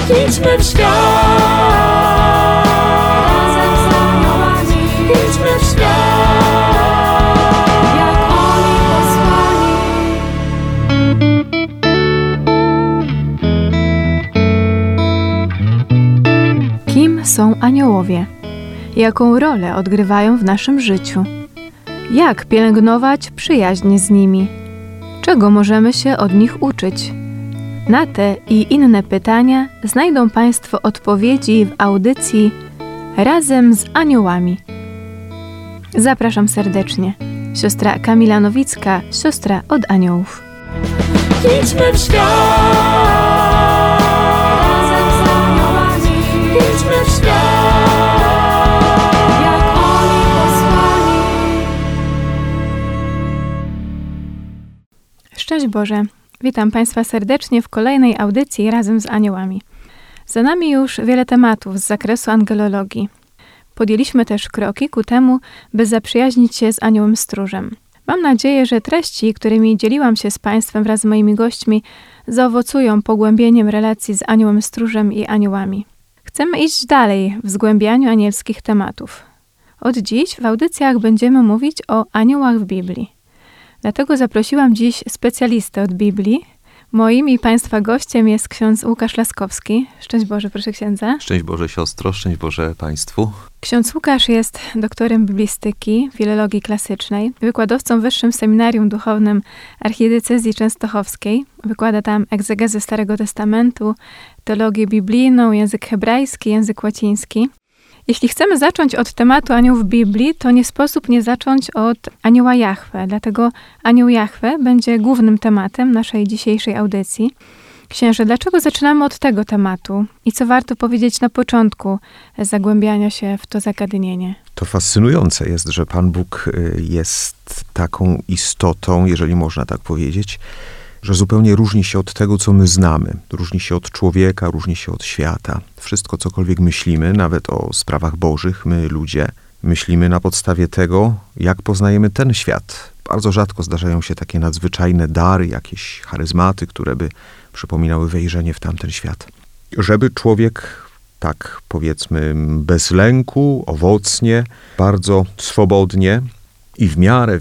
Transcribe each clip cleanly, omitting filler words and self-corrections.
Idźmy w świat. Razem z aniołami. Idźmy w świat. Jak oni posłani. Kim są aniołowie? Jaką rolę odgrywają w naszym życiu? Jak pielęgnować przyjaźń z nimi? Czego możemy się od nich uczyć? Na te i inne pytania znajdą Państwo odpowiedzi w audycji Razem z aniołami. Zapraszam serdecznie. Siostra Kamila Nowicka, siostra od aniołów. Idźmy w świat. Razem z aniołami. Idźmy w świat. Jak oni posłani. Szczęść Boże! Witam Państwa serdecznie w kolejnej audycji Razem z aniołami. Za nami już wiele tematów z zakresu angelologii. Podjęliśmy też kroki ku temu, by zaprzyjaźnić się z aniołem stróżem. Mam nadzieję, że treści, którymi dzieliłam się z Państwem wraz z moimi gośćmi, zaowocują pogłębieniem relacji z aniołem stróżem i aniołami. Chcemy iść dalej w zgłębianiu anielskich tematów. Od dziś w audycjach będziemy mówić o aniołach w Biblii. Dlatego zaprosiłam dziś specjalistę od Biblii. Moim i Państwa gościem jest ksiądz Łukasz Laskowski. Szczęść Boże, proszę księdza. Szczęść Boże, siostro, szczęść Boże Państwu. Ksiądz Łukasz jest doktorem biblistyki, filologii klasycznej, wykładowcą w Wyższym Seminarium Duchownym Archidiecezji Częstochowskiej. Wykłada tam egzegezę Starego Testamentu, teologię biblijną, język hebrajski, język łaciński. Jeśli chcemy zacząć od tematu aniołów w Biblii, to nie sposób nie zacząć od anioła Jahwe. Dlatego anioł Jahwe będzie głównym tematem naszej dzisiejszej audycji. Księże, dlaczego zaczynamy od tego tematu? I co warto powiedzieć na początku zagłębiania się w to zagadnienie? To fascynujące jest, że Pan Bóg jest taką istotą, jeżeli można tak powiedzieć, że zupełnie różni się od tego, co my znamy. Różni się od człowieka, różni się od świata. Wszystko, cokolwiek myślimy, nawet o sprawach bożych, my ludzie, myślimy na podstawie tego, jak poznajemy ten świat. Bardzo rzadko zdarzają się takie nadzwyczajne dary, jakieś charyzmaty, które by przypominały wejrzenie w tamten świat. Żeby człowiek, tak powiedzmy, bez lęku, owocnie, bardzo swobodnie i w miarę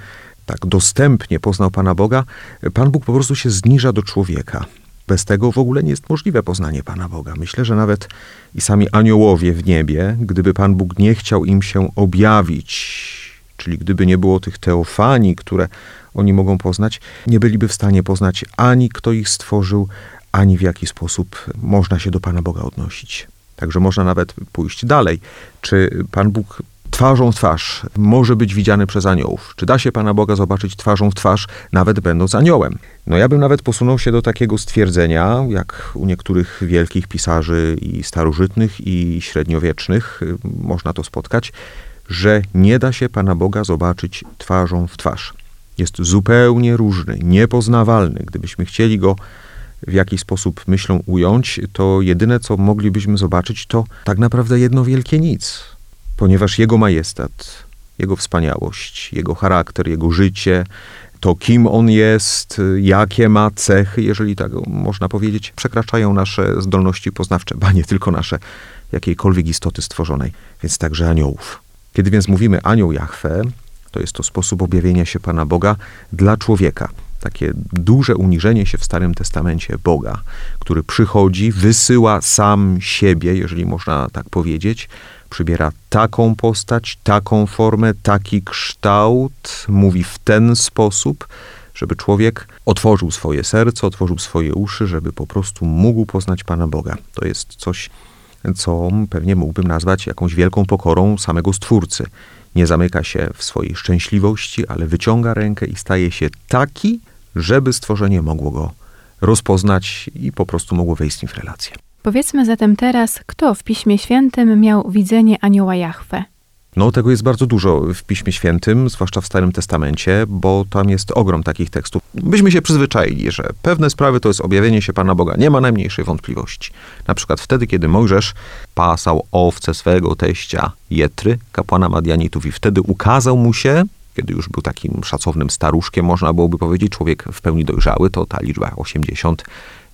tak dostępnie poznał Pana Boga, Pan Bóg po prostu się zniża do człowieka. Bez tego w ogóle nie jest możliwe poznanie Pana Boga. Myślę, że nawet i sami aniołowie w niebie, gdyby Pan Bóg nie chciał im się objawić, czyli gdyby nie było tych teofanii, które oni mogą poznać, nie byliby w stanie poznać ani kto ich stworzył, ani w jaki sposób można się do Pana Boga odnosić. Także można nawet pójść dalej. Czy Pan Bóg twarzą w twarz może być widziany przez aniołów? Czy da się Pana Boga zobaczyć twarzą w twarz, nawet będąc aniołem? No ja bym nawet posunął się do takiego stwierdzenia, jak u niektórych wielkich pisarzy i starożytnych, i średniowiecznych można to spotkać, że nie da się Pana Boga zobaczyć twarzą w twarz. Jest zupełnie różny, niepoznawalny. Gdybyśmy chcieli go w jakiś sposób myślą ująć, to jedyne, co moglibyśmy zobaczyć, to tak naprawdę jedno wielkie nic. Ponieważ Jego majestat, Jego wspaniałość, Jego charakter, Jego życie, to kim On jest, jakie ma cechy, jeżeli tak można powiedzieć, przekraczają nasze zdolności poznawcze, ba nie tylko nasze, jakiejkolwiek istoty stworzonej, więc także aniołów. Kiedy więc mówimy anioł Jahwe, to jest to sposób objawienia się Pana Boga dla człowieka. Takie duże uniżenie się w Starym Testamencie Boga, który przychodzi, wysyła sam siebie, jeżeli można tak powiedzieć, przybiera taką postać, taką formę, taki kształt, mówi w ten sposób, żeby człowiek otworzył swoje serce, otworzył swoje uszy, żeby po prostu mógł poznać Pana Boga. To jest coś, co pewnie mógłbym nazwać jakąś wielką pokorą samego Stwórcy. Nie zamyka się w swojej szczęśliwości, ale wyciąga rękę i staje się taki, żeby stworzenie mogło go rozpoznać i po prostu mogło wejść z nim w relację. Powiedzmy zatem teraz, kto w Piśmie Świętym miał widzenie anioła Jahwe? No, tego jest bardzo dużo w Piśmie Świętym, zwłaszcza w Starym Testamencie, bo tam jest ogrom takich tekstów. Byśmy się przyzwyczaili, że pewne sprawy to jest objawienie się Pana Boga. Nie ma najmniejszej wątpliwości. Na przykład wtedy, kiedy Mojżesz pasał owce swego teścia Jetry, kapłana Madianitów, i wtedy ukazał mu się, kiedy już był takim szacownym staruszkiem, można byłoby powiedzieć, człowiek w pełni dojrzały, to ta liczba 80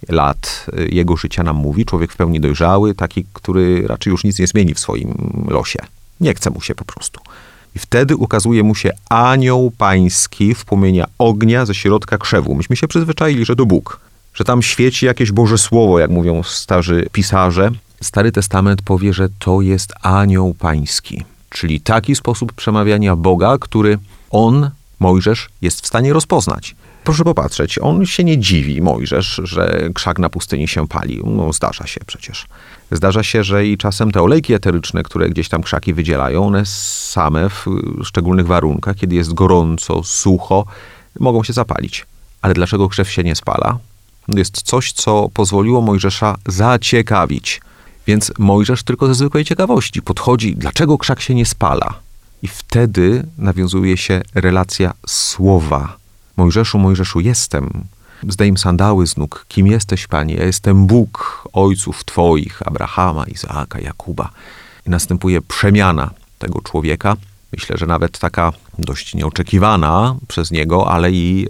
lat jego życia nam mówi. Człowiek w pełni dojrzały, taki, który raczej już nic nie zmieni w swoim losie. Nie chce mu się po prostu. I wtedy ukazuje mu się anioł pański w płomienia ognia ze środka krzewu. Myśmy się przyzwyczaili, że to Bóg, że tam świeci jakieś Boże Słowo, jak mówią starzy pisarze. Stary Testament powie, że to jest anioł pański, czyli taki sposób przemawiania Boga, który on, Mojżesz, jest w stanie rozpoznać. Proszę popatrzeć, on się nie dziwi, Mojżesz, że krzak na pustyni się pali. No, zdarza się przecież. Zdarza się, że i czasem te olejki eteryczne, które gdzieś tam krzaki wydzielają, one same w szczególnych warunkach, kiedy jest gorąco, sucho, mogą się zapalić. Ale dlaczego krzew się nie spala? Jest coś, co pozwoliło Mojżesza zaciekawić. Więc Mojżesz tylko ze zwykłej ciekawości podchodzi, dlaczego krzak się nie spala. I wtedy nawiązuje się relacja słowa. Mojżeszu, Mojżeszu, jestem. Zdejm sandały z nóg. Kim jesteś, Panie? Ja jestem Bóg ojców Twoich, Abrahama, Izaaka, Jakuba. I następuje przemiana tego człowieka. Myślę, że nawet taka dość nieoczekiwana przez niego, ale i,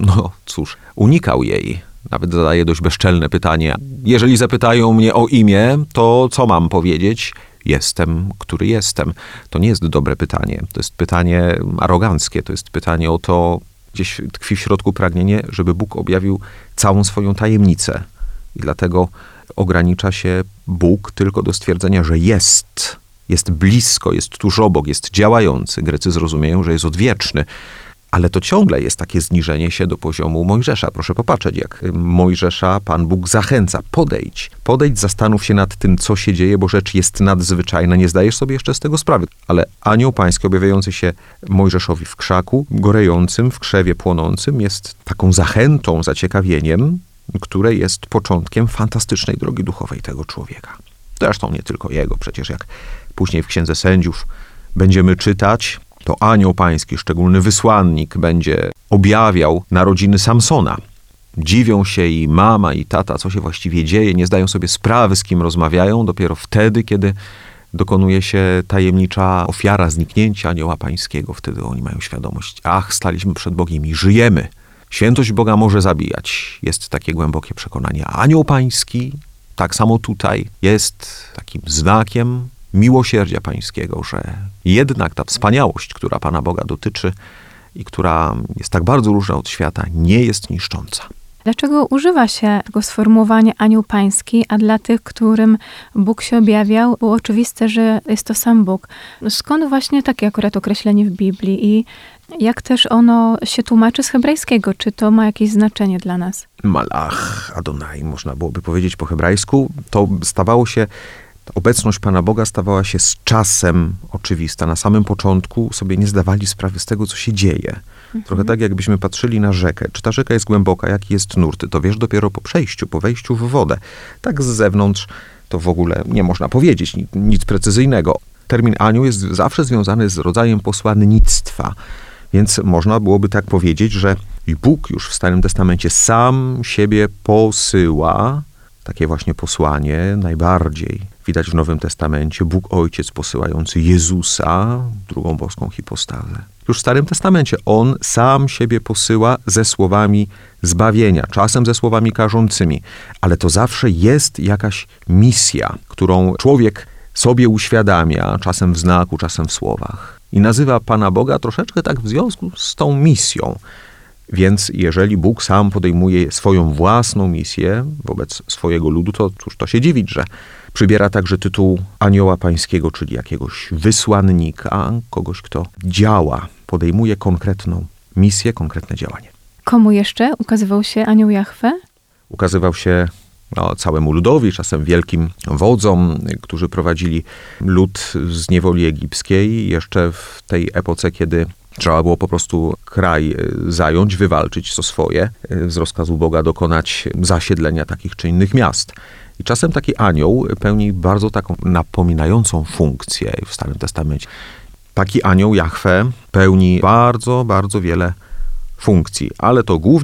unikał jej. Nawet zadaje dość bezczelne pytanie. Jeżeli zapytają mnie o imię, to co mam powiedzieć? Jestem, który jestem. To nie jest dobre pytanie. To jest pytanie aroganckie. To jest pytanie o to, gdzieś tkwi w środku pragnienie, żeby Bóg objawił całą swoją tajemnicę. I dlatego ogranicza się Bóg tylko do stwierdzenia, że jest. Jest blisko, jest tuż obok, jest działający. Grecy zrozumieją, że jest odwieczny. Ale to ciągle jest takie zniżenie się do poziomu Mojżesza. Proszę popatrzeć, jak Mojżesza Pan Bóg zachęca. Podejdź, zastanów się nad tym, co się dzieje, bo rzecz jest nadzwyczajna. Nie zdajesz sobie jeszcze z tego sprawy. Ale anioł pański objawiający się Mojżeszowi w krzaku, gorejącym, w krzewie płonącym, jest taką zachętą, zaciekawieniem, które jest początkiem fantastycznej drogi duchowej tego człowieka. Zresztą nie tylko jego. Przecież jak później w Księdze Sędziów będziemy czytać, to anioł pański, szczególny wysłannik, będzie objawiał narodziny Samsona. Dziwią się i mama, i tata, co się właściwie dzieje, nie zdają sobie sprawy, z kim rozmawiają, dopiero wtedy, kiedy dokonuje się tajemnicza ofiara zniknięcia anioła pańskiego. Wtedy oni mają świadomość, staliśmy przed Bogiem i żyjemy. Świętość Boga może zabijać. Jest takie głębokie przekonanie. Anioł pański, tak samo tutaj, jest takim znakiem miłosierdzia pańskiego, że jednak ta wspaniałość, która Pana Boga dotyczy i która jest tak bardzo różna od świata, nie jest niszcząca. Dlaczego używa się tego sformułowania anioł pański, a dla tych, którym Bóg się objawiał, było oczywiste, że jest to sam Bóg? Skąd właśnie takie akurat określenie w Biblii i jak też ono się tłumaczy z hebrajskiego? Czy to ma jakieś znaczenie dla nas? Malach Adonai, można byłoby powiedzieć po hebrajsku. To stawało się, obecność Pana Boga stawała się z czasem oczywista. Na samym początku sobie nie zdawali sprawy z tego, co się dzieje. Trochę tak, jakbyśmy patrzyli na rzekę. Czy ta rzeka jest głęboka, jaki jest nurt? To wiesz dopiero po przejściu, po wejściu w wodę. Tak z zewnątrz to w ogóle nie można powiedzieć nic precyzyjnego. Termin anioł jest zawsze związany z rodzajem posłannictwa. Więc można byłoby tak powiedzieć, że Bóg już w Starym Testamencie sam siebie posyła. Takie właśnie posłanie najbardziej widać w Nowym Testamencie. Bóg Ojciec posyłający Jezusa, drugą boską hipostazę. Już w Starym Testamencie On sam siebie posyła ze słowami zbawienia, czasem ze słowami karzącymi, ale to zawsze jest jakaś misja, którą człowiek sobie uświadamia, czasem w znaku, czasem w słowach. I nazywa Pana Boga troszeczkę tak w związku z tą misją. Więc jeżeli Bóg sam podejmuje swoją własną misję wobec swojego ludu, to cóż to się dziwić, że przybiera także tytuł anioła pańskiego, czyli jakiegoś wysłannika, kogoś, kto działa, podejmuje konkretną misję, konkretne działanie. Komu jeszcze ukazywał się anioł Jahwe? Ukazywał się całemu ludowi, czasem wielkim wodzom, którzy prowadzili lud z niewoli egipskiej, jeszcze w tej epoce, kiedy trzeba było po prostu kraj zająć, wywalczyć co swoje, z rozkazu Boga dokonać zasiedlenia takich czy innych miast. I czasem taki anioł pełni bardzo taką napominającą funkcję w Starym Testamencie. Taki anioł Jahwe pełni bardzo, bardzo wiele funkcji, ale to głównie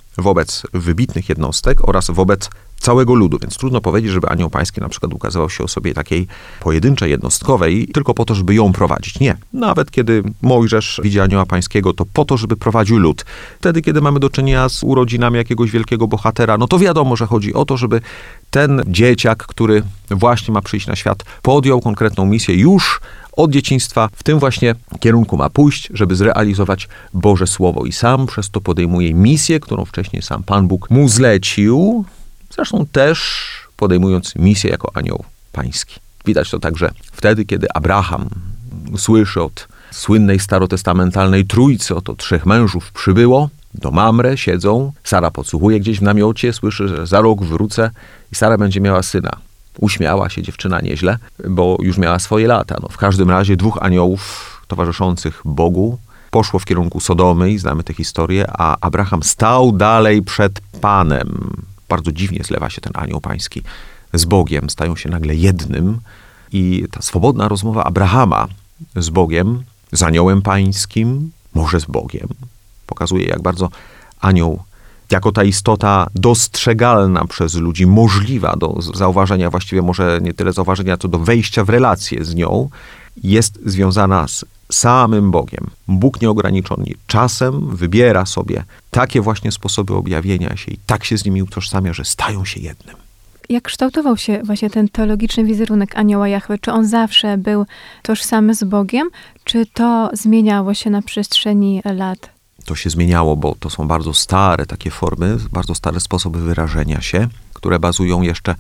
wobec wybitnych jednostek oraz wobec całego ludu, więc trudno powiedzieć, żeby anioł pański na przykład ukazywał się osobie takiej pojedynczej, jednostkowej, tylko po to, żeby ją prowadzić. Nie. Nawet kiedy Mojżesz widzi anioła pańskiego, to po to, żeby prowadził lud. Wtedy, kiedy mamy do czynienia z urodzinami jakiegoś wielkiego bohatera, no to wiadomo, że chodzi o to, żeby ten dzieciak, który właśnie ma przyjść na świat, podjął konkretną misję już od dzieciństwa, w tym właśnie kierunku ma pójść, żeby zrealizować Boże Słowo i sam przez to podejmuje misję, którą wcześniej sam Pan Bóg mu zlecił, zresztą też podejmując misję jako anioł pański. Widać to także wtedy, kiedy Abraham słyszy od słynnej starotestamentalnej trójcy, oto 3 mężów przybyło, do Mamre siedzą, Sara podsłuchuje gdzieś w namiocie, słyszy, że za rok wrócę i Sara będzie miała syna. Uśmiała się dziewczyna nieźle, bo już miała swoje lata. No, w każdym razie 2 aniołów towarzyszących Bogu poszło w kierunku Sodomy i znamy tę historię, a Abraham stał dalej przed Panem. Bardzo dziwnie zlewa się ten anioł pański z Bogiem, stają się nagle jednym i ta swobodna rozmowa Abrahama z Bogiem, z aniołem pańskim, może z Bogiem, pokazuje, jak bardzo anioł, jako ta istota dostrzegalna przez ludzi, możliwa do zauważenia, właściwie może nie tyle zauważenia, co do wejścia w relację z nią, jest związana z samym Bogiem. Bóg nieograniczony czasem wybiera sobie takie właśnie sposoby objawienia się i tak się z nimi utożsamia, że stają się jednym. Jak kształtował się właśnie ten teologiczny wizerunek anioła Jahwe? Czy on zawsze był tożsamy z Bogiem, czy to zmieniało się na przestrzeni lat? To się zmieniało, bo to są bardzo stare takie formy, bardzo stare sposoby wyrażenia się, które bazują jeszcze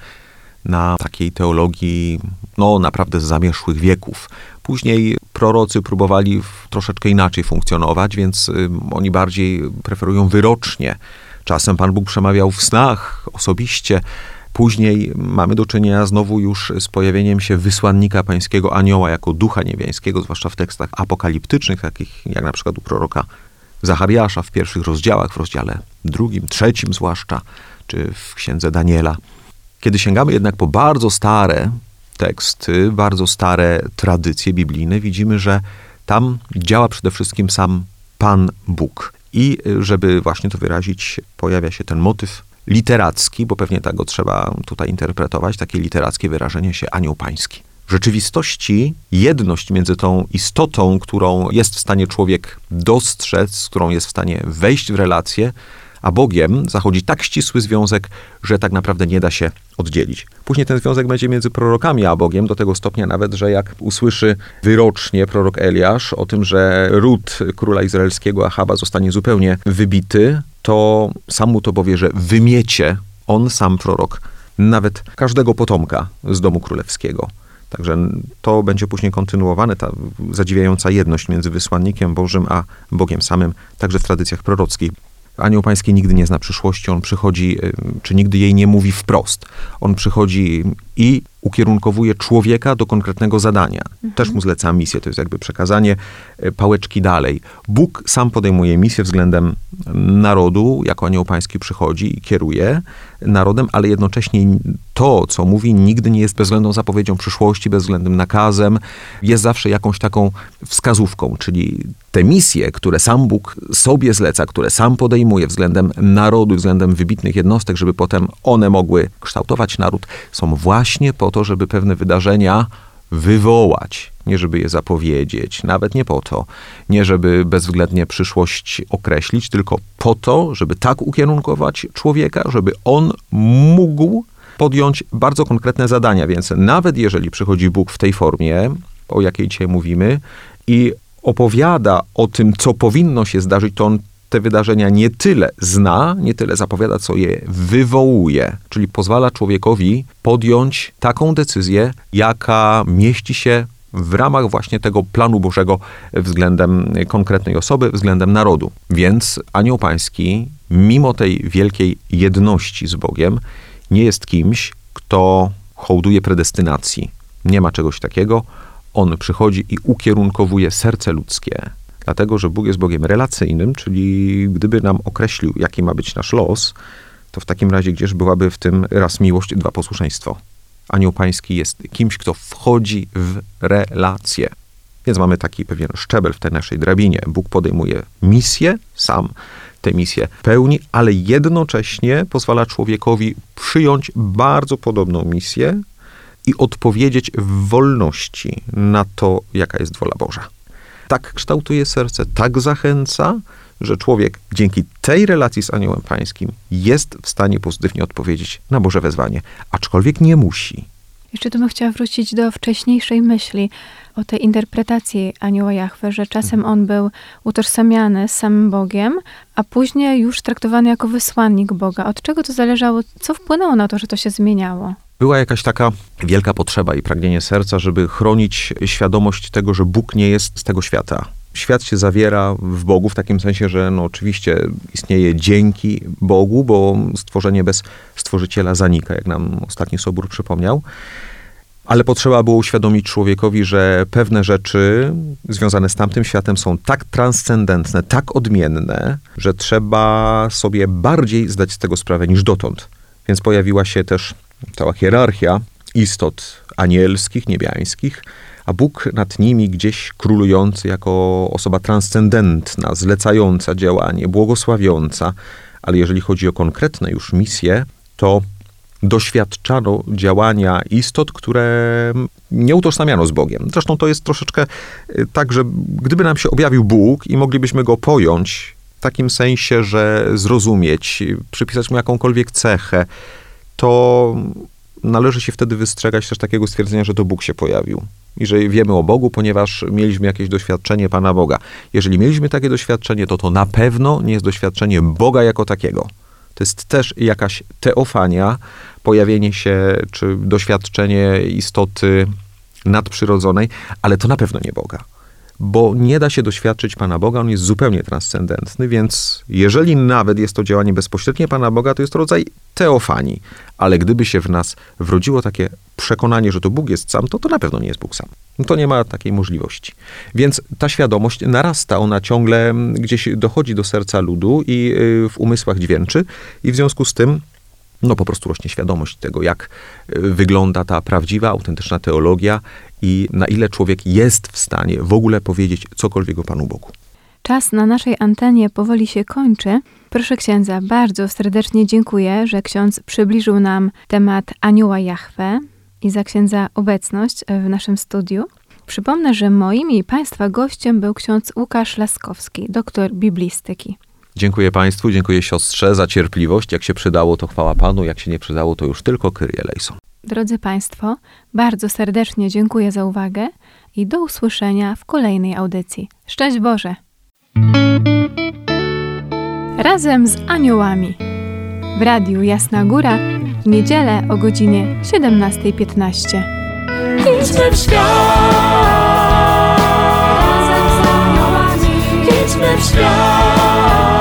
na takiej teologii, no naprawdę z zamierzchłych wieków. Później prorocy próbowali troszeczkę inaczej funkcjonować, więc oni bardziej preferują wyrocznie. Czasem Pan Bóg przemawiał w snach osobiście. Później mamy do czynienia znowu już z pojawieniem się wysłannika pańskiego anioła jako ducha niebiańskiego, zwłaszcza w tekstach apokaliptycznych, takich jak na przykład u proroka Zachariasza w pierwszych rozdziałach, w rozdziale 2, 3 zwłaszcza, czy w księdze Daniela. Kiedy sięgamy jednak po bardzo stare teksty, bardzo stare tradycje biblijne, widzimy, że tam działa przede wszystkim sam Pan Bóg. I żeby właśnie to wyrazić, pojawia się ten motyw literacki, bo pewnie tak go trzeba tutaj interpretować, takie literackie wyrażenie się anioł pański. W rzeczywistości jedność między tą istotą, którą jest w stanie człowiek dostrzec, z którą jest w stanie wejść w relację, a Bogiem zachodzi tak ścisły związek, że tak naprawdę nie da się oddzielić. Później ten związek będzie między prorokami a Bogiem, do tego stopnia nawet, że jak usłyszy wyrocznie prorok Eliasz o tym, że ród króla izraelskiego Achaba zostanie zupełnie wybity, to sam mu to powie, że wymiecie on, sam prorok, nawet każdego potomka z domu królewskiego. Także to będzie później kontynuowane, ta zadziwiająca jedność między wysłannikiem Bożym a Bogiem samym, także w tradycjach prorockich. Anioł pański nigdy nie zna przyszłości, on przychodzi, czy nigdy jej nie mówi wprost. On przychodzi i ukierunkowuje człowieka do konkretnego zadania. Też mu zleca misję, to jest jakby przekazanie pałeczki dalej. Bóg sam podejmuje misję względem narodu, jako anioł pański przychodzi i kieruje narodem, ale jednocześnie to, co mówi, nigdy nie jest bezwzględną zapowiedzią przyszłości, bezwzględnym nakazem. Jest zawsze jakąś taką wskazówką, czyli te misje, które sam Bóg sobie zleca, które sam podejmuje względem narodu, względem wybitnych jednostek, żeby potem one mogły kształtować naród, są właśnie po to, żeby pewne wydarzenia wywołać, nie żeby je zapowiedzieć, nawet nie po to, nie żeby bezwzględnie przyszłość określić, tylko po to, żeby tak ukierunkować człowieka, żeby on mógł podjąć bardzo konkretne zadania. Więc nawet jeżeli przychodzi Bóg w tej formie, o jakiej dzisiaj mówimy, i opowiada o tym, co powinno się zdarzyć, to on te wydarzenia nie tyle zna, nie tyle zapowiada, co je wywołuje. Czyli pozwala człowiekowi podjąć taką decyzję, jaka mieści się w ramach właśnie tego planu Bożego względem konkretnej osoby, względem narodu. Więc anioł pański, mimo tej wielkiej jedności z Bogiem, nie jest kimś, kto hołduje predestynacji. Nie ma czegoś takiego. On przychodzi i ukierunkowuje serce ludzkie. Dlatego, że Bóg jest Bogiem relacyjnym, czyli gdyby nam określił, jaki ma być nasz los, to w takim razie gdzież byłaby w tym raz miłość, 2 posłuszeństwo. Anioł pański jest kimś, kto wchodzi w relację. Więc mamy taki pewien szczebel w tej naszej drabinie. Bóg podejmuje misję, sam tę misję pełni, ale jednocześnie pozwala człowiekowi przyjąć bardzo podobną misję i odpowiedzieć w wolności na to, jaka jest wola Boża. Tak kształtuje serce, tak zachęca, że człowiek dzięki tej relacji z Aniołem Pańskim jest w stanie pozytywnie odpowiedzieć na Boże wezwanie, aczkolwiek nie musi. Jeszcze tu bym chciała wrócić do wcześniejszej myśli o tej interpretacji anioła Jahwe, że czasem on był utożsamiany z samym Bogiem, a później już traktowany jako wysłannik Boga. Od czego to zależało? Co wpłynęło na to, że to się zmieniało? Była jakaś taka wielka potrzeba i pragnienie serca, żeby chronić świadomość tego, że Bóg nie jest z tego świata. Świat się zawiera w Bogu, w takim sensie, że oczywiście istnieje dzięki Bogu, bo stworzenie bez Stworzyciela zanika, jak nam ostatni Sobór przypomniał. Ale potrzeba było uświadomić człowiekowi, że pewne rzeczy związane z tamtym światem są tak transcendentne, tak odmienne, że trzeba sobie bardziej zdać z tego sprawę niż dotąd. Więc pojawiła się też cała hierarchia istot anielskich, niebiańskich, a Bóg nad nimi gdzieś królujący jako osoba transcendentna, zlecająca działanie, błogosławiąca. Ale jeżeli chodzi o konkretne już misje, to doświadczano działania istot, które nie utożsamiano z Bogiem. Zresztą to jest troszeczkę tak, że gdyby nam się objawił Bóg i moglibyśmy go pojąć w takim sensie, że zrozumieć, przypisać mu jakąkolwiek cechę, to należy się wtedy wystrzegać też takiego stwierdzenia, że to Bóg się pojawił. I że wiemy o Bogu, ponieważ mieliśmy jakieś doświadczenie Pana Boga. Jeżeli mieliśmy takie doświadczenie, to na pewno nie jest doświadczenie Boga jako takiego. To jest też jakaś teofania, pojawienie się, czy doświadczenie istoty nadprzyrodzonej, ale to na pewno nie Boga. Bo nie da się doświadczyć Pana Boga, on jest zupełnie transcendentny, więc jeżeli nawet jest to działanie bezpośrednie Pana Boga, to jest to rodzaj teofanii. Ale gdyby się w nas wrodziło takie przekonanie, że to Bóg jest sam, to na pewno nie jest Bóg sam. To nie ma takiej możliwości. Więc ta świadomość narasta, ona ciągle gdzieś dochodzi do serca ludu i w umysłach dźwięczy i w związku z tym po prostu rośnie świadomość tego, jak wygląda ta prawdziwa, autentyczna teologia i na ile człowiek jest w stanie w ogóle powiedzieć cokolwiek o Panu Bogu. Czas na naszej antenie powoli się kończy. Proszę księdza, bardzo serdecznie dziękuję, że ksiądz przybliżył nam temat anioła Jahwe i za księdza obecność w naszym studiu. Przypomnę, że moim i Państwa gościem był ksiądz Łukasz Laskowski, doktor biblistyki. Dziękuję Państwu, dziękuję siostrze za cierpliwość. Jak się przydało, to chwała Panu, jak się nie przydało, to już tylko Kyrie eleison. Drodzy Państwo, bardzo serdecznie dziękuję za uwagę i do usłyszenia w kolejnej audycji. Szczęść Boże! Razem z aniołami w Radiu Jasna Góra w niedzielę o godzinie 17:15. Idźmy w świat, razem z aniołami. Idźmy w świat.